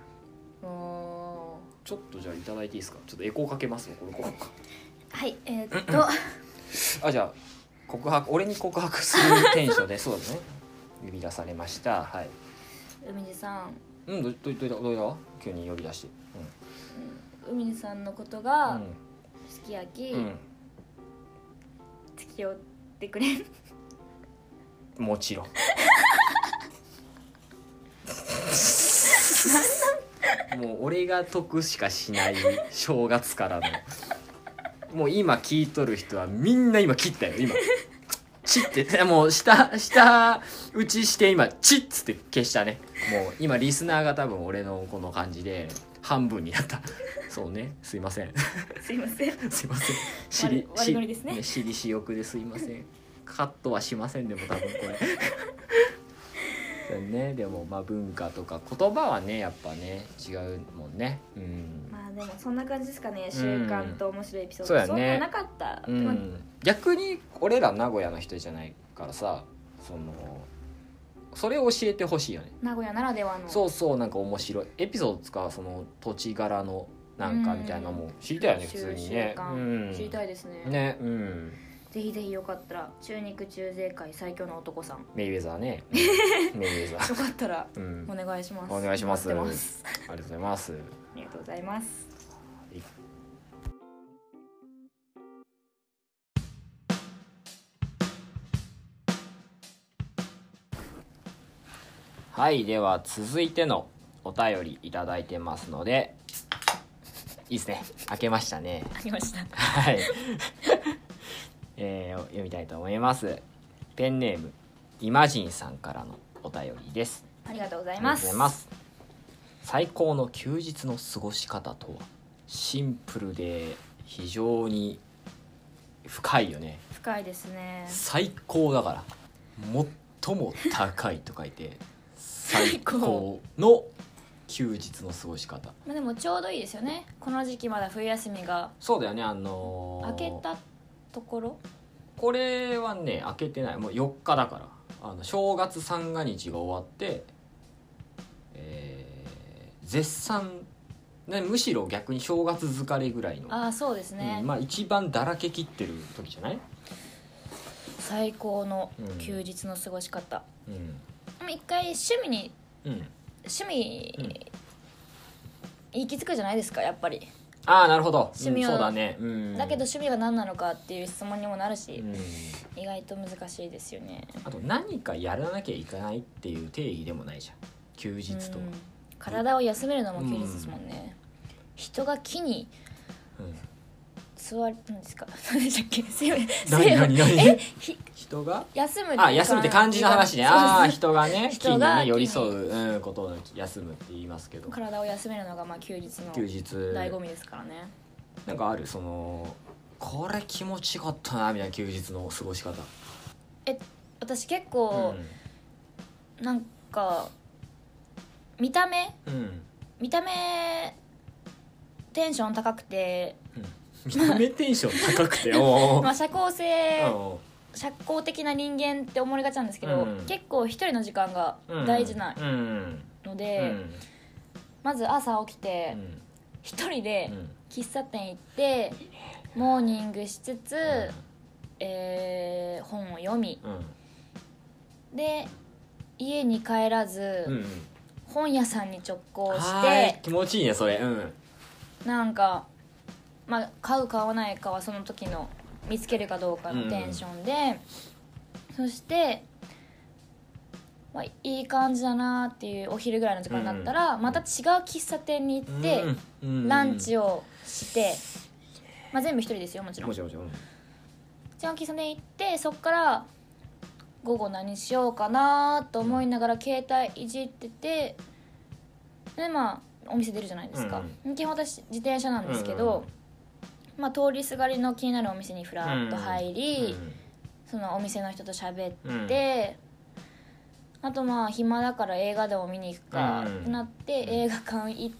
ちょっとじゃあいただいていいですか。ちょっとエコーかけますよこれはいじゃあ告白俺に告白するテンションでそうですね呼び出されました。はい海地さんどうだ急に呼び出して、 海地さんのことがすき焼き、付き合ってくれんもちろんもう俺が得しかしない正月からのもう今聞いとる人はみんな今切ったよ今チッってもう下打ちして今チッつって消したね。もう今リスナーが多分俺のこの感じで半分になったそうねすいませんすいませんすいません悪ノリですね私利私欲ですいませんカットはしませんでも多分これね、でもまあ文化とか言葉はねやっぱね違うもんね。 まあでもそんな感じですかね。習慣と面白いエピソード、 そうやね、 そんななかった、 逆に俺ら名古屋の人じゃないからさそれを教えてほしいよね。 名古屋ならではのそうなんか面白いエピソードとかその土地柄のなんかみたいなのも知りたいよね、普通にね。 知りたいですね。 ね、 ぜひぜひよかったら中肉中背界最強の男さんメイウェザーねメイウェザーよかったらお願いします、 お願いします。ありがとうございます。 ありがとうございます。 はい、では続いてのお便りいただいてますのでいいですね。開けましたね。 開けましたはい読みたいと思います。ペンネームイマジンさんからのお便りです。 ありがとうございます。 最高の休日の過ごし方とは。シンプルで非常に深いよね。 深いですね。 最高だから最も高いと書いて最高の休日の過ごし方。 まあでもちょうどいいですよね。この時期まだ冬休みがそうだよね。 明けたところ。 これはね開けてない。もう4日だから正月三が日が終わって、絶賛、ね、むしろ逆に正月疲れぐらいのそうですね、 まあ一番だらけきってる時じゃない。 最高の休日の過ごし方、でも一回趣味行き着くじゃないですかやっぱり。 なるほど。 趣味を、 そうだね、 だけど趣味は何なのかっていう質問にもなるし、意外と難しいですよね。 あと何かやらなきゃいけないっていう定義でもないじゃん休日とは。 体を休めるのも休日ですもんね。人が木に座るんですか何でしたっけ。 何人が休むって漢字の話ね。人がね木にね寄り添うことを休むって言いますけど、 体を休めるのがまあ休日の醍醐味ですからね。 なんかあるこれ気持ちよかったなみたいな休日の過ごし方。 私結構、なんか見た目テンション高くて、 見た目テンション高くてまあ社交的な人間って思われがちなんですけど、結構一人の時間が大事なので、まず朝起きて一人で喫茶店行ってモーニングしつつ、本を読み、で家に帰らず、本屋さんに直行して気持ちいいねそれ。 なんかまあ買う買わないかはその時の見つけるかどうかのテンションで、そして、まあ、いい感じだなっていうお昼ぐらいの時間になったら、また違う喫茶店に行って、ランチをして、まあ、全部一人ですよもちろん。違う喫茶店行って、そっから午後何しようかなと思いながら携帯いじってて、でまあお店出るじゃないですか、基本私自転車なんですけど、まあ、通りすがりの気になるお店にフラッと入り、そのお店の人と喋って、あとまあ暇だから映画でも見に行くかってなって、映画館行って、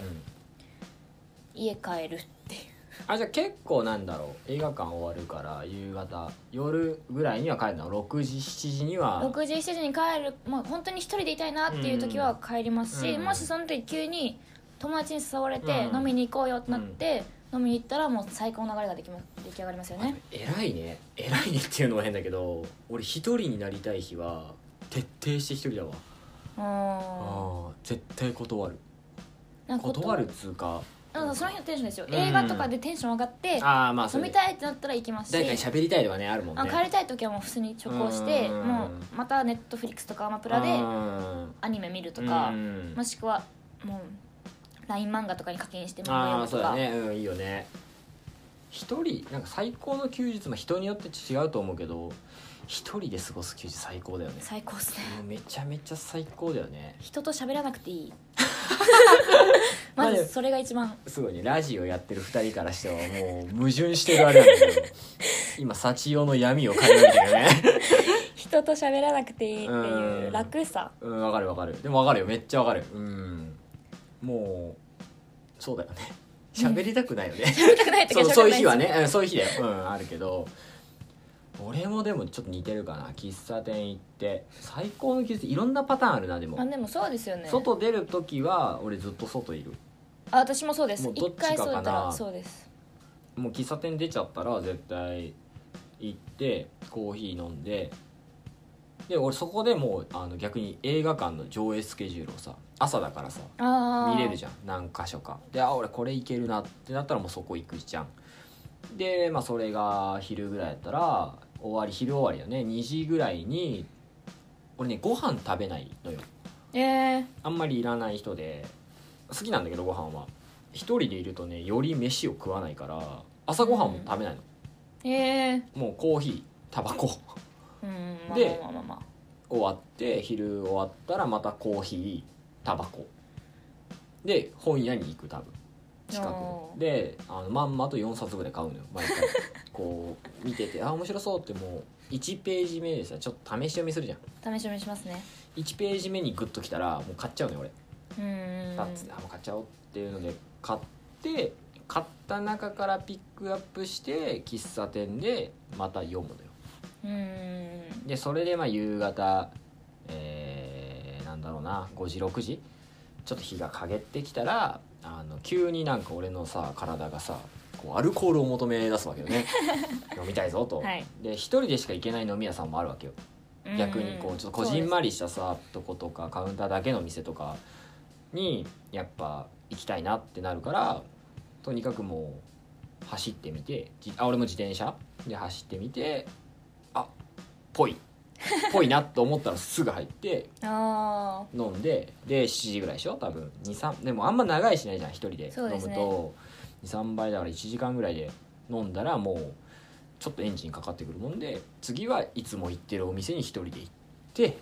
家帰るっていう。 じゃあ結構なんだろう、映画館終わるから夕方夜ぐらいには帰るの？6時7時には 6時7時に帰る、まあ、本当に一人でいたいなっていう時は帰りますし、もしその時急に友達に誘われて飲みに行こうよってなって、飲みに行ったらもう最高の流れが出来上がりますよね。 偉いねっていうのは変だけど、俺一人になりたい日は徹底して一人だわ。絶対断るっつうか、 その日のテンションですよ。映画とかでテンション上がって、飲みたいってなったら行きますし、 誰かに喋りたいとかねあるもんね。 帰りたい時はもう普通に直行して、もうまたネットフリックスとかアマプラでアニメ見るとか、もしくはもう LINE 漫画とかに課金して漫画読むとか。 そうだね、いいよね。一人なんか最高の休日、人によって違うと思うけど、一人で過ごす休日最高だよね。 最高っすね。 めちゃめちゃ最高だよね。 人と喋らなくていいまずそれが一番すごいね。ラジオやってる2人からしてはもう矛盾してるあれなんだけど今幸代の闇を嗅いでるけどね人と喋らなくていいっていう楽さ。 わかるでもわかるよ、めっちゃわかる。もうそうだよね、喋りたくないよね、 喋りたくない時はそういう日はね、そういう日だよ、あるけど、俺もでもちょっと似てるかな。喫茶店行って最高の休日、いろんなパターンあるな。でもそうですよね。 外出る時は俺ずっと外いる。 私もそうです。 一回そうだったらそうです。 もう喫茶店出ちゃったら絶対行ってコーヒー飲んで、俺そこでもう逆に映画館の上映スケジュールをさ、朝だからさ見れるじゃん、何箇所かで。俺これ行けるなってなったらもうそこ行くじゃん。でそれが昼ぐらいやったら昼終わりだね、2時ぐらいに俺ねご飯食べないのよ。あんまりいらない人で、好きなんだけどご飯は一人でいるとね、より飯を食わないから朝ごはんも食べないの。もうコーヒータバコで終わって、昼終わったらまたコーヒータバコで本屋に行く、多分近くでまんまと4冊ぐらい買うのよ毎回こう見てて面白そうって、もう1ページ目でさちょっと試し読みするじゃん。 試し読みしますね。 1ページ目にグッときたらもう買っちゃうのよ俺。パッつってもう買っちゃおうっていうので買った中からピックアップして喫茶店でまた読むのよ。でそれで夕方なんだろうな、5時6時ちょっと日が陰ってきたら急になんか俺のさ体がさこうアルコールを求め出すわけよね飲みたいぞと、で一人でしか行けない飲み屋さんもあるわけよ。逆にこうちょっとこじんまりしたさとことかカウンターだけの店とかにやっぱ行きたいなってなるから、とにかくもう走ってみて、俺も自転車で走ってみて、ぽいなと思ったらすぐ入って飲んで、で7時ぐらいでしょ多分23。でもあんま長いしないじゃん一人で飲むと、23倍だから1時間ぐらいで飲んだらもうちょっとエンジンかかってくるもんで、次はいつも行ってるお店に一人で行って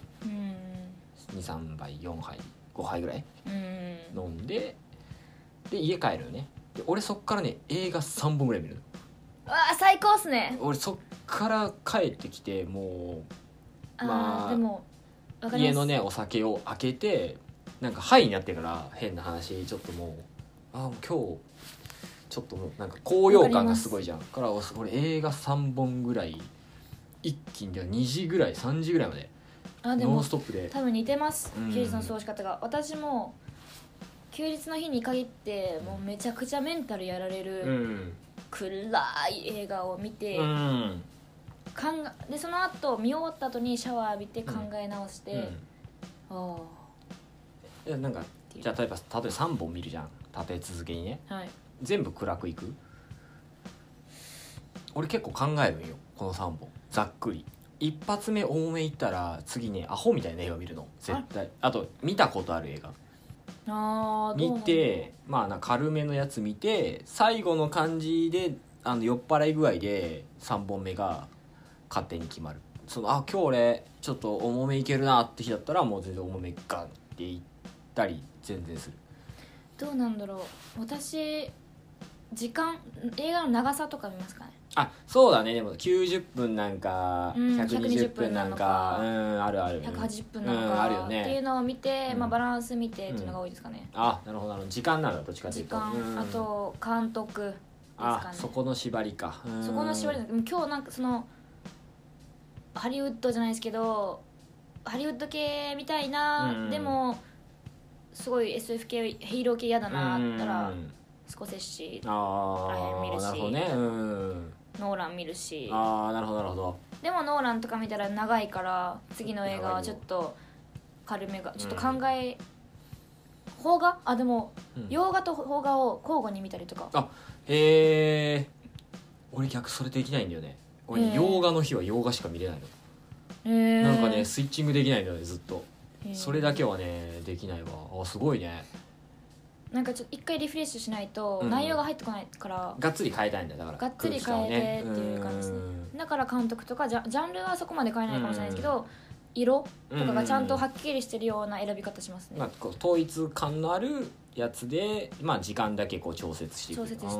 23杯4杯5杯ぐらい飲んで、で家帰るよね。で俺そっからね映画3本ぐらい見るの。 最高っすね。 俺そっから帰ってきてもうでも家のねお酒を開けてなんかハイになってから変な話ちょっともう今日ちょっともうなんか高揚感がすごいじゃんから俺映画3本ぐらい一気に2時ぐらい3時ぐらいまでノンストップで。 多分似てます、休日の過ごし方が。私も休日の日に限ってもうめちゃくちゃメンタルやられる、暗い映画を見て、でその後見終わった後にシャワー浴びて考え直して、 いやなんかじゃあ例えば3本見るじゃん立て続けにね、全部暗くいく？ 俺結構考えるんよこの3本ざっくり。一発目多めいったら次ねアホみたいな映画見るの絶対。あと見たことある映画見て、まあな軽めのやつ見て、最後の感じで酔っ払い具合で3本目が勝手に決まる。その今日俺ちょっと重めいけるなって日だったらもう全然重めガンっていったり全然する。 どうなんだろう。私映画の長さとか見ますかね。 そうだね。でも90分なんか120分なんかあるある。 180分なのか、 あるよねっていうのを見て、バランス見てっていうのが多いですかね。 なるほど時間なんだどっちかっていうと。 あと監督ですかね。 そこの縛りか。 そこの縛りでも今日なんかそのハリウッドじゃないですけどハリウッド系みたいな、でもすごい SF 系ヒーロー系嫌だなったらスコセッシ見るし、 なるほどね。 ノーラン見るし。 なるほどなるほど。 でもノーランとか見たら長いから次の映画はちょっと軽めがちょっと考え、邦画でも、洋画と邦画を交互に見たりとか。 俺逆それできないんだよね。俺洋画の日は洋画しか見れないの。なんかねスイッチングできないんだよねずっと。それだけはねできないわ。すごいね。 なんかちょっと一回リフレッシュしないと内容が入ってこないから、 がっつり変えたいんだ。だからがっつり変えてっていう感じですね。だから監督とかジャンルはそこまで変えないかもしれないですけど、色とかがちゃんとはっきりしてるような選び方しますね。 こう統一感のあるやつで、時間だけこう調節していく。 調節して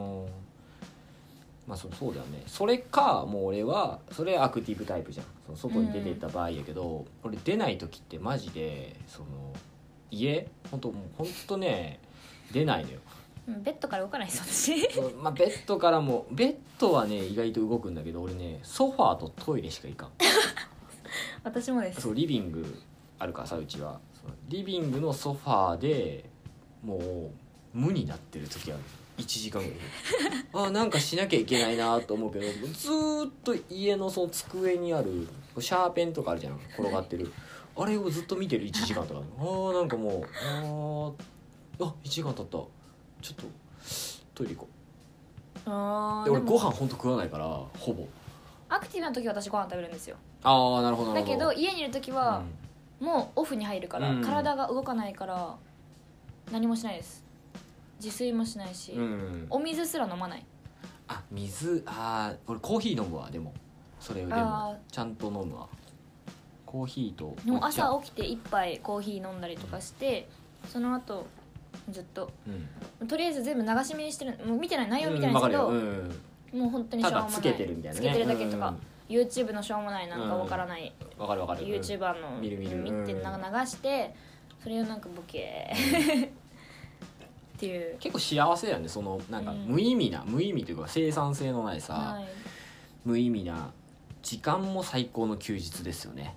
そうだよね。それかもう俺はそれアクティブタイプじゃん。その外に出てった場合やけど、俺出ない時ってマジで家ほんとね出ないのよ。 ベッドから動かないです私。 ベッドからもベッドはね意外と動くんだけど、俺ねソファーとトイレしか行かん。 私もです。 リビングあるからさ、うちはリビングのソファーでもう無になってる時ある。1時間ぐらいなんかしなきゃいけないなと思うけど、ずーっと家のその机にあるシャーペンとかあるじゃん転がってるあれをずっと見てる1時間とかなんかもう1時間経った、ちょっとトイレ行こう。で俺ご飯ほんと食わないからほぼ。 アクティブな時は私ご飯食べるんですよ。 なるほどなるほど。 だけど家にいる時はもうオフに入るから、体が動かないから何もしないです。自炊もしないし、お水すら飲まない。 水俺コーヒー飲むわ。でもそれよりもちゃんと飲むわ。コーヒーともう朝起きて一杯コーヒー飲んだりとかして、その後ずっと、とりあえず全部流し見にしてる。もう見てない内容見てないんですけど、もう本当にしょうもない、 ただつけてるみたいなね、 つけてるだけとか、YouTube のしょうもないなんかわからない、 わかる YouTuber の見て流してそれをなんかボケっていう。 結構幸せだよね。なんか無意味というか生産性のないさ、無意味な時間も最高の休日ですよね。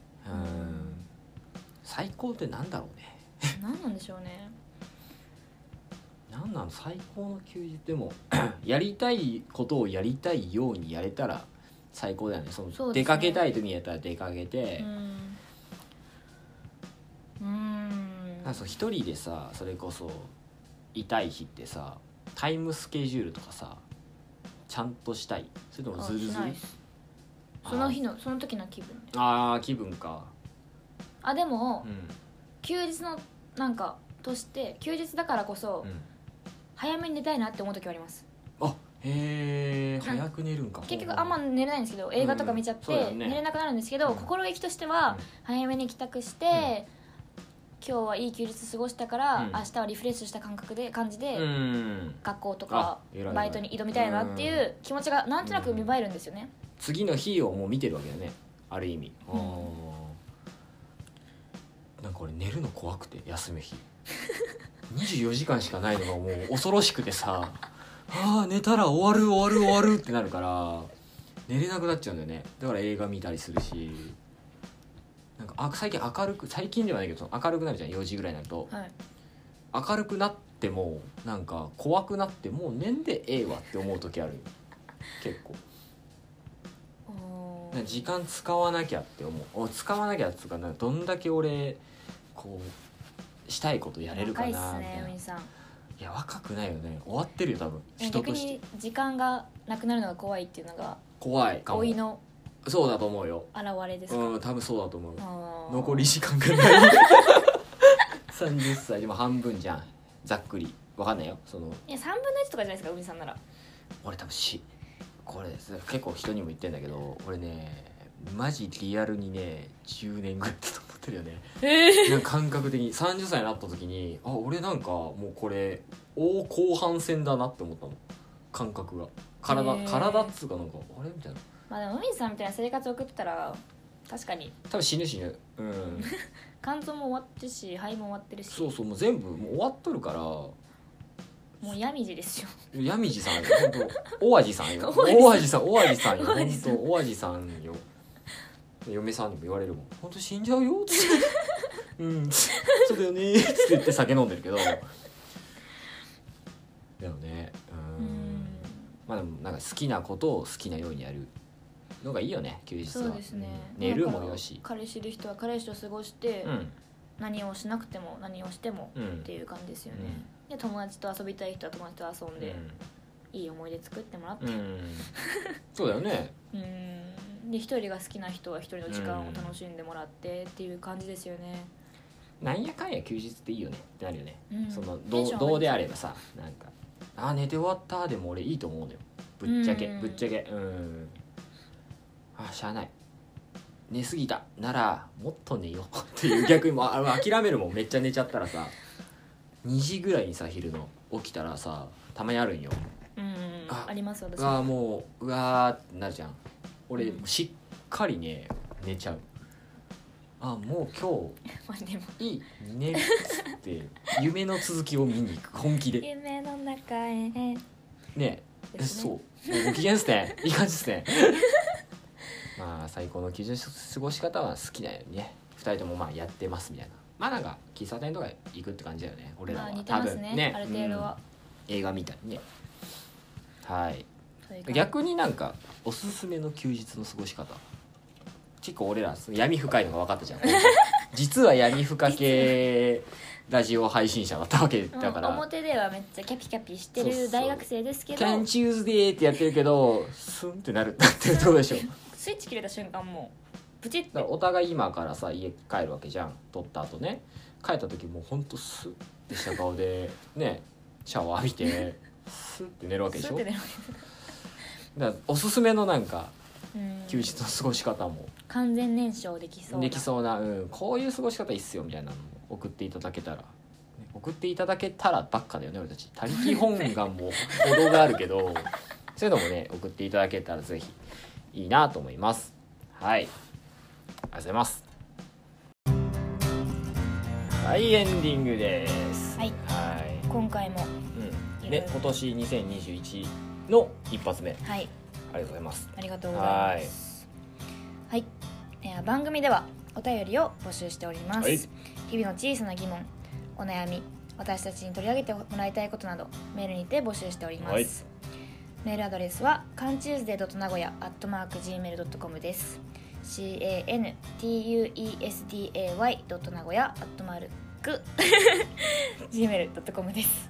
最高ってなんだろうね。 何なんでしょうね。 なんなの最高の休日。でもやりたいことをやりたいようにやれたら最高だよね。 そうですね。 出かけたい時にやったら出かけて、一人でさそれこそ痛い日ってさタイムスケジュールとかさちゃんとしたい。それともズルズル。 その日のその時の気分で。 気分か。 でも、休日のなんかとして休日だからこそ、早めに寝たいなって思う時はあります。 早く寝るんか。 結局あんま寝れないんですけど、映画とか見ちゃって寝れなくなるんですけど、心意気としては早めに帰宅して、今日はいい休日過ごしたから、明日はリフレッシュした感じで、学校とかバイトに挑みたいなっていう気持ちがなんとなく芽生えるんですよね。 次の日をもう見てるわけだね、ある意味。なんか俺寝るの怖くて、休み日24時間しかないのがもう恐ろしくてさ寝たら終わるってなるから寝れなくなっちゃうんだよね。だから映画見たりするし、なんか最近ではないけど明るくなるじゃん、4時ぐらいになると、明るくなってもなんか怖くなってもう寝んでええわって思う時ある結構。時間使わなきゃって思う。使わなきゃっていうか、どんだけ俺こうしたいことやれるかなみたいな。 若いっすね、海さん。 いや若くないよね、終わってるよ多分人逆としてに時間がなくなるのが怖いっていうのが怖いかも。 老いのそうだと思うよ。 現れですか。 うん多分そうだと思う。 あー残り時間がない30歳でも半分じゃんざっくりわかんないよその。 いや3分の1とかじゃないですか海さんなら。 俺多分これ結構人にも言ってんだけど俺ねマジリアルにね10年ぐらいだと思ってるよね。なんか感覚的に30歳になった時に俺なんかもうこれ後半戦だなって思ったの感覚が。体っつうかなんかあれみたいな。 まあでも海さんみたいな生活を送ってたら確かに多分死ぬうん肝臓も終わってるし肺も終わってるし、 そうもう全部もう終わっとるから。 もう闇路ですよ。 闇路さんよ本当大味さんよ大味さんよ本当大味さんよ。嫁さんにも言われるもん本当死んじゃうよってうんそうだよねって言って酒飲んでるけどでもねまあでもなんか好きなことを好きなようにやるのがいいよね休日は。 そうですね、 寝るもよし、 彼氏いる人は彼氏と過ごして、 うん何をしなくても何をしてもうんっていう感じですよね、で友達と遊びたい人は友達と遊んで、いい思い出作ってもらって、 そうだよね。 で一人が好きな人は一人の時間を楽しんでもらってっていう感じですよね。 なんやかんや休日っていいよねってなるよね、そのテンション上がりどうであればさなんか寝て終わったでも俺いいと思うのよぶっちゃけしゃあない寝すぎたならもっと寝ようっていう逆にも諦めるもんめっちゃ寝ちゃったらさ2時ぐらいにさ昼の起きたらさたまにあるんよ。 あります私もうわーってなるじゃん俺、しっかりね寝ちゃう。もう今日いい寝るっつって夢の続きを見に行く本気で夢の中へねそうもうご機嫌っすねいい感じっすねまあ最高の休日過ごし方は好きだよね。2人ともまあやってますみたいな。まあなんか喫茶店とか行くって感じだよね俺らは。 似てますねある程度は、 映画みたいにね。はい逆になんかおすすめの休日の過ごし方結構俺ら闇深いのが分かったじゃん実は闇深系ラジオ配信者だったわけだから、 表ではめっちゃキャピキャピしてる大学生ですけどキャンチューズデーってやってるけどスンってなってるってことでしょスイッチ切れた瞬間もうプチッてだからお互い今からさ家帰るわけじゃん撮った後ね。帰った時もうほんとスッてした顔でねシャワー浴びてスッて寝るわけでしょ。 スッて寝るだからおすすめのなんか休日の過ごし方も完全燃焼できそうなこういう過ごし方いいっすよみたいなのも送っていただけたら、送っていただけたらばっかだよね俺たち。他力本願も程があるけどそういうのもね送っていただけたらぜひいいなと思います。はい、ありがとうございます。はいエンディングです。 はい、今回も今年2021の一発目、 はい、 ありがとうございます。 ありがとうございます。はい、番組ではお便りを募集しております、日々の小さな疑問、お悩み、私たちに取り上げてもらいたいことなどメールにて募集しております、メールアドレスは cantuesday.nagoya@gmail.com です。 cantuesday.nagoya@gmail.com です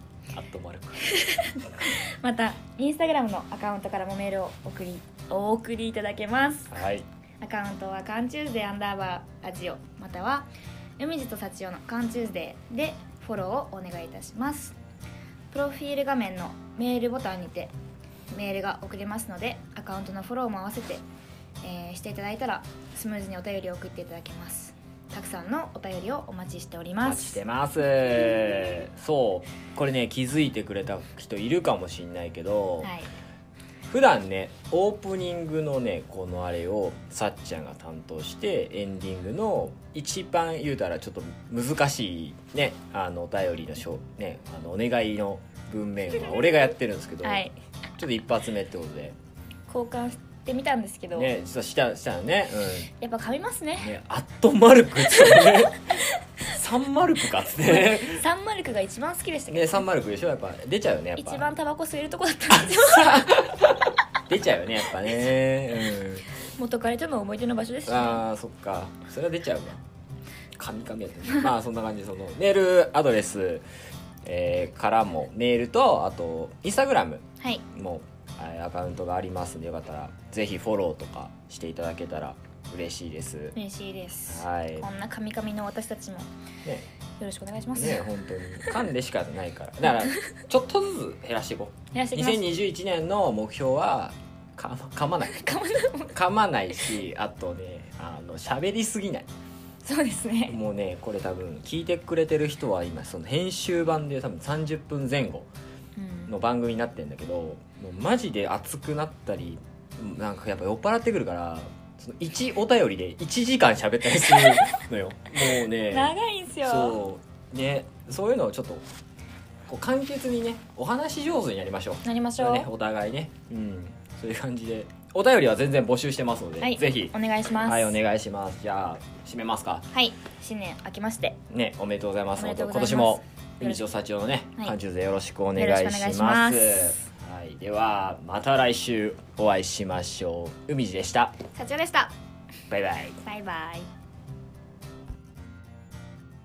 またインスタグラムのアカウントからもメールをお送りいただけます、アカウントはカンチューズデー_ラジオまたは海地と幸代のカンチューズデーでフォローをお願いいたします。プロフィール画面のメールボタンにてメールが送れますのでアカウントのフォローも合わせて、していただいたらスムーズにお便りを送っていただけます。たくさんのお便りをお待ちしております。 お待ちしてますそうこれね気づいてくれた人いるかもしんないけど、普段ねオープニングのねこのあれをさっちゃんが担当してエンディングの一番言うたらちょっと難しいねお便りのねお願いの文面は俺がやってるんですけど、ちょっと一発目ってことで交換してみたんですけどね実はしたのね、 やっぱ噛みますね。 アットマルクってねサンマルクかっつってねサンマルクが一番好きでしたけどねサンマルクでしょやっぱ出ちゃうよねやっぱ一番タバコ吸えるとこだったんですよ出ちゃうよねやっぱね、 元彼との思い出の場所ですしね。 そっかそれは出ちゃうわ神々やってねまあそんな感じでそのメールアドレスからもメールとあとインスタグラムはいもアカウントがありますんでよかったらぜひフォローとかしていただけたら嬉しいです。 嬉しいです、 はい、 こんなカミカミの私たちもよろしくお願いしますね本当に噛んでしかないからだからちょっとずつ減らしていこう。 減らしていきます 2021年の目標は噛まない噛まないしあとね喋りすぎない。 そうですねもうねこれ多分聞いてくれてる人は今その編集版で多分30分前後の番組になってるんだけど、もうマジで熱くなったりなんかやっぱ酔っ払ってくるからその1お便りで1時間喋ったりするのよもうね長いんすよ。 そうねそういうのをちょっとこう簡潔にねお話し上手になりましょう。 なりましょう、 ね、お互いね、そういう感じでお便りは全然募集してますので、 はい、 ぜひお願いします。 はいお願いします。じゃあ締めますか。 はい新年明けましてねおめでとうございます。 おめでとうございます。 今年も海城幸男のね感中でよろしくお願いします。はい、ではまた来週お会いしましょう。海地でした。 幸男でした。 バイバイ。 バイバイ。